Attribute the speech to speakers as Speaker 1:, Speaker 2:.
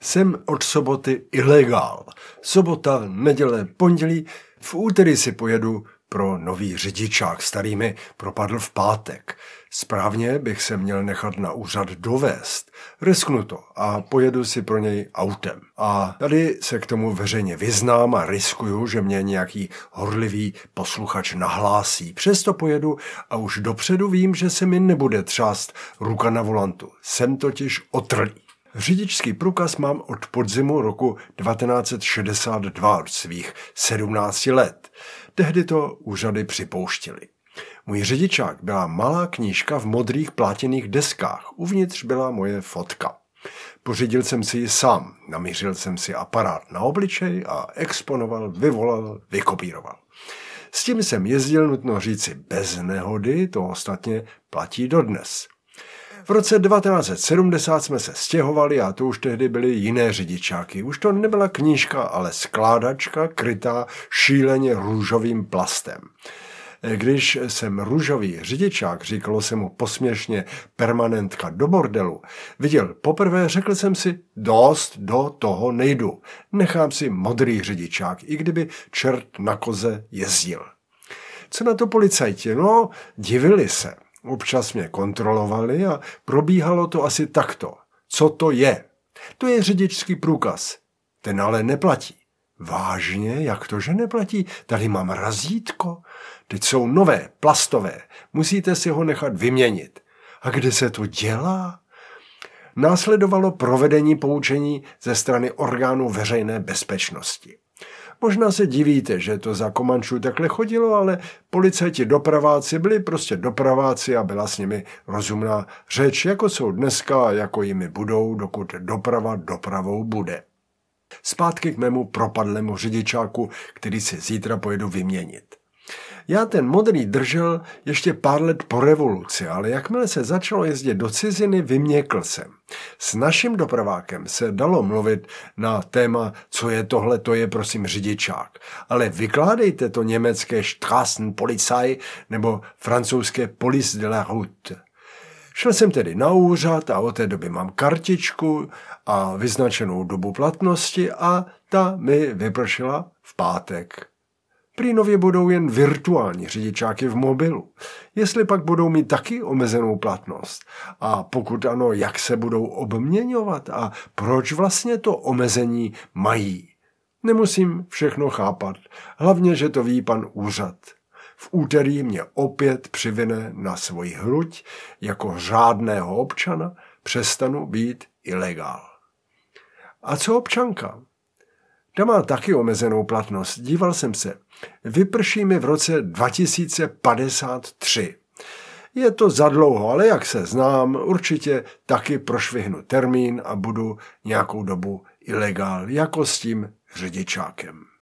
Speaker 1: Jsem od soboty ilegál. Sobota, neděle, pondělí, v úterý si pojedu pro nový řidičák, starý mi propadl v pátek. Správně bych se měl nechat na úřad dovést. Risknu to a pojedu si pro něj autem. A tady se k tomu veřejně vyznám a riskuju, že mě nějaký horlivý posluchač nahlásí. Přesto pojedu a už dopředu vím, že se mi nebude třást ruka na volantu. Jsem totiž otrlý. Řidičský průkaz mám od podzimu roku 1962, od svých 17 let. Tehdy to úřady připouštěly. Můj řidičák byla malá knížka v modrých plátěných deskách. Uvnitř byla moje fotka. Pořídil jsem si ji sám. Namířil jsem si aparát na obličej a exponoval, vyvolal, vykopíroval. S tím jsem jezdil, nutno říci, bez nehody, to ostatně platí dodnes. V roce 1970 jsme se stěhovali a to už tehdy byly jiné řidičáky. Už to nebyla knížka, ale skládačka krytá šíleně růžovým plastem. Když jsem růžový řidičák, říkalo se mu posměšně permanentka do bordelu, viděl poprvé, řekl jsem si, dost, do toho nejdu. Nechám si modrý řidičák, i kdyby čert na koze jezdil. Co na to policajti? No, divili se. Občas mě kontrolovali a probíhalo to asi takto. Co to je? To je řidičský průkaz. Ten ale neplatí. Vážně? Jak to, že neplatí? Tady mám razítko. Teď jsou nové, plastové. Musíte si ho nechat vyměnit. A kde se to dělá? Následovalo provedení poučení ze strany orgánů veřejné bezpečnosti. Možná se divíte, že to za Komančů takhle chodilo, ale policajti dopraváci byli prostě dopraváci a byla s nimi rozumná řeč, jako jsou dneska a jako jimi budou, dokud doprava dopravou bude. Zpátky k mému propadlému řidičáku, který si zítra pojedu vyměnit. Já ten modrý držel ještě pár let po revoluci, ale jakmile se začalo jezdit do ciziny, vyměkl jsem. S naším dopravákem se dalo mluvit na téma, co je tohle, to je prosím řidičák. Ale vykládejte to německé Straßenpolizei nebo francouzské Police de la route. Šel jsem tedy na úřad a od té doby mám kartičku a vyznačenou dobu platnosti a ta mi vypršela v pátek. Prý nově budou jen virtuální řidičáky v mobilu. Jestli pak budou mít taky omezenou platnost. A pokud ano, jak se budou obměňovat a proč vlastně to omezení mají. Nemusím všechno chápat. Hlavně, že to ví pan úřad. V úterý mě opět přivine na svoji hruď jako řádného občana, přestanu být ilegál. A co občanka? Ta má taky omezenou platnost. Díval jsem se. Vyprší mi v roce 2053. Je to zadlouho, ale jak se znám, určitě taky prošvihnu termín a budu nějakou dobu ilegál, jako s tím řidičákem.